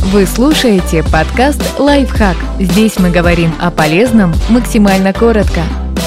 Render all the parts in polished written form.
Вы слушаете подкаст «Лайфхак». Здесь мы говорим о полезном максимально коротко.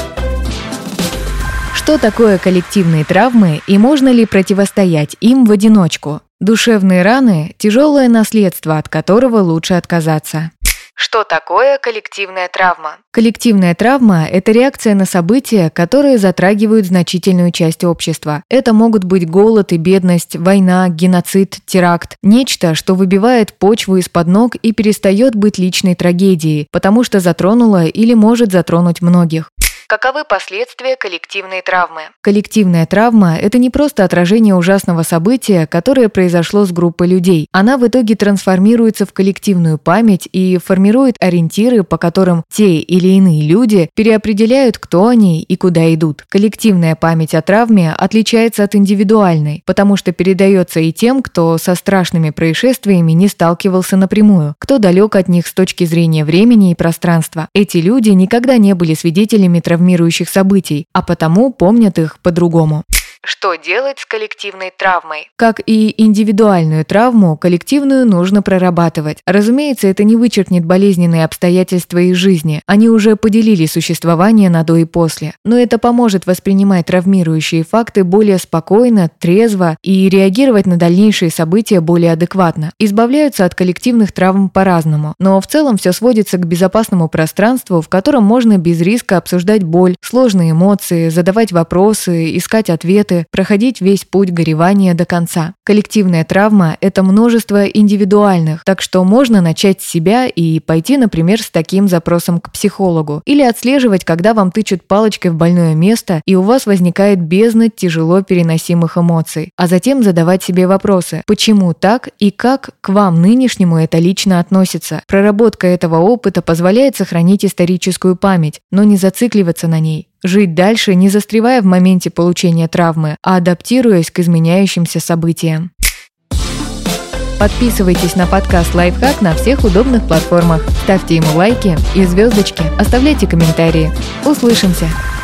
Что такое коллективные травмы и можно ли противостоять им в одиночку? Душевные раны – тяжелое наследство, от которого лучше отказаться. Что такое коллективная травма? Коллективная травма – это реакция на события, которые затрагивают значительную часть общества. Это могут быть голод и бедность, война, геноцид, теракт. Нечто, что выбивает почву из-под ног и перестает быть личной трагедией, потому что затронуло или может затронуть многих. Каковы последствия коллективной травмы? Коллективная травма – это не просто отражение ужасного события, которое произошло с группой людей. Она в итоге трансформируется в коллективную память и формирует ориентиры, по которым те или иные люди переопределяют, кто они и куда идут. Коллективная память о травме отличается от индивидуальной, потому что передается и тем, кто со страшными происшествиями не сталкивался напрямую, кто далек от них с точки зрения времени и пространства. Эти люди никогда не были свидетелями травмирующих событий, а потому помнят их по-другому. Что делать с коллективной травмой? Как и индивидуальную травму, коллективную нужно прорабатывать. Разумеется, это не вычеркнет болезненные обстоятельства из жизни. Они уже поделили существование на до и после. Но это поможет воспринимать травмирующие факты более спокойно, трезво и реагировать на дальнейшие события более адекватно. Избавляются от коллективных травм по-разному. Но в целом все сводится к безопасному пространству, в котором можно без риска обсуждать боль, сложные эмоции, задавать вопросы, искать ответы, проходить весь путь горевания до конца. Коллективная травма – это множество индивидуальных, так что можно начать с себя и пойти, например, с таким запросом к психологу. Или отслеживать, когда вам тычут палочкой в больное место, и у вас возникает бездна тяжело переносимых эмоций. А затем задавать себе вопросы, почему так и как к вам нынешнему это лично относится. Проработка этого опыта позволяет сохранить историческую память, но не зацикливаться на ней. Жить дальше, не застревая в моменте получения травмы, а адаптируясь к изменяющимся событиям. Подписывайтесь на подкаст «Лайфхак» на всех удобных платформах. Ставьте ему лайки и звездочки, оставляйте комментарии. Услышимся!